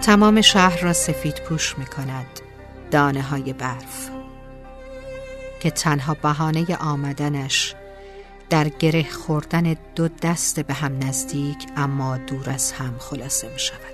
تمام شهر را سفید پوش می کند دانه های برف که تنها بهانه آمدنش در گره خوردن دو دست به هم نزدیک اما دور از هم خلاصه می شود.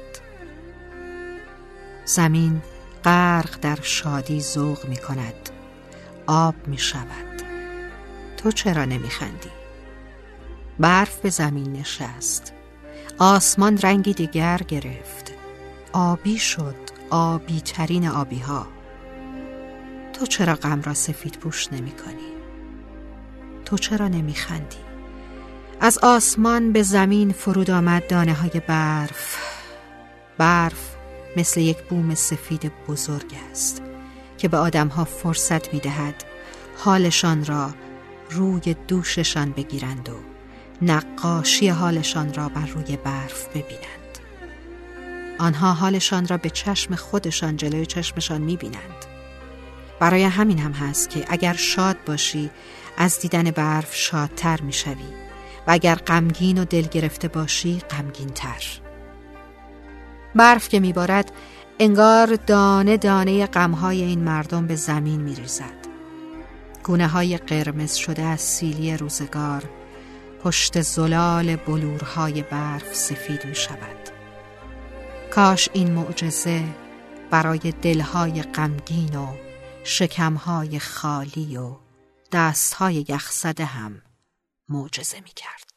زمین غرق در شادی ذوق می کند، آب می شود. تو چرا نمی خندی؟ برف به زمین نشست، آسمان رنگی دیگر گرفت، آبی شد، آبی ترین آبی ها. تو چرا غم را سفید پوش نمی کنی؟ تو چرا نمی خندی؟ از آسمان به زمین فرود آمد دانه های برف. برف مثل یک بوم سفید بزرگ است که به آدمها فرصت می دهد حالشان را روی دوششان بگیرند و نقاشی حالشان را بر روی برف ببینند. آنها حالشان را به چشم خودشان جلوی چشمشان می بینند. برای همین هم هست که اگر شاد باشی از دیدن برف شادتر می شوی و اگر غمگین و دل گرفته باشی غمگین تر. برف که می بارد انگار دانه دانه غمهای این مردم به زمین می ریزد. گونه های قرمز شده از سیلی روزگار پشت زلال بلورهای برف سفید می شود. کاش این معجزه برای دلهای غمگین و شکمهای خالی و دستهای یخزده هم معجزه می کرد.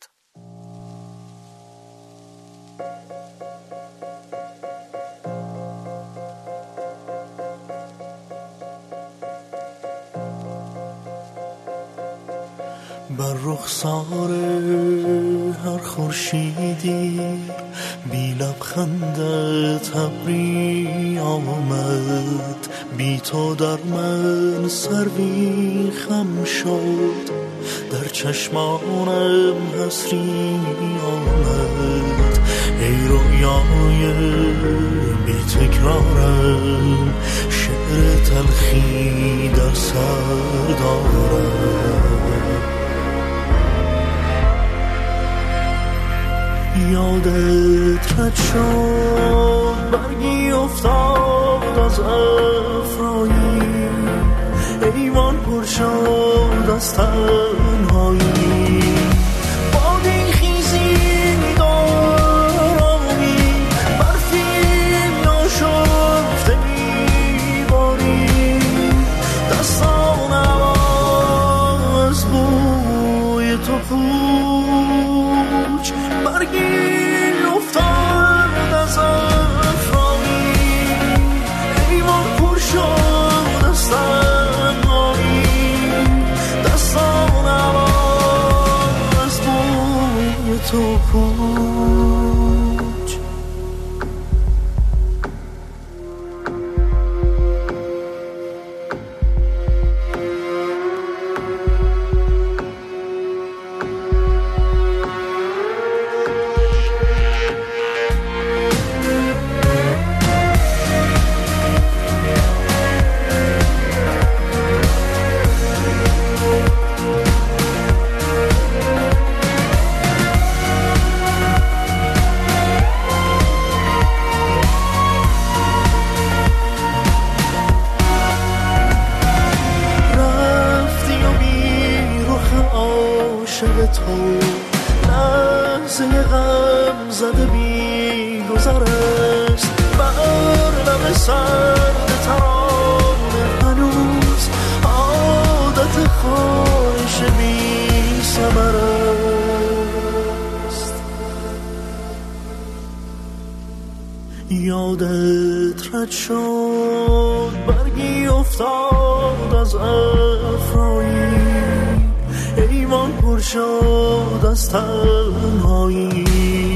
بر رخسار هر خورشیدی بی لبخندت ابری آمد، بی تو در من سروی خم شد، در چشمانم حسری آمد. ای رویای بی تکرارم، شعر تلخی در سر دارم. یادت رد شد برگی افتاد از افرایی، ایوان پر شد از تنهایی. بادی خیزی دارامی، برفی ناشفته میباری، دستانم از بوی تو پوچ. برگی افتاد از افرایی، ایوان پر شد از تنهایی، دستانم از بوی تو پوچ. تو لحظه غم زده بی گذر است، بر لب سرد ترانه هنوز عادت خواهش بی ثمر است. یادت رد شد برگی افتاد از افرایی، ایوان پر شد از تنهایی.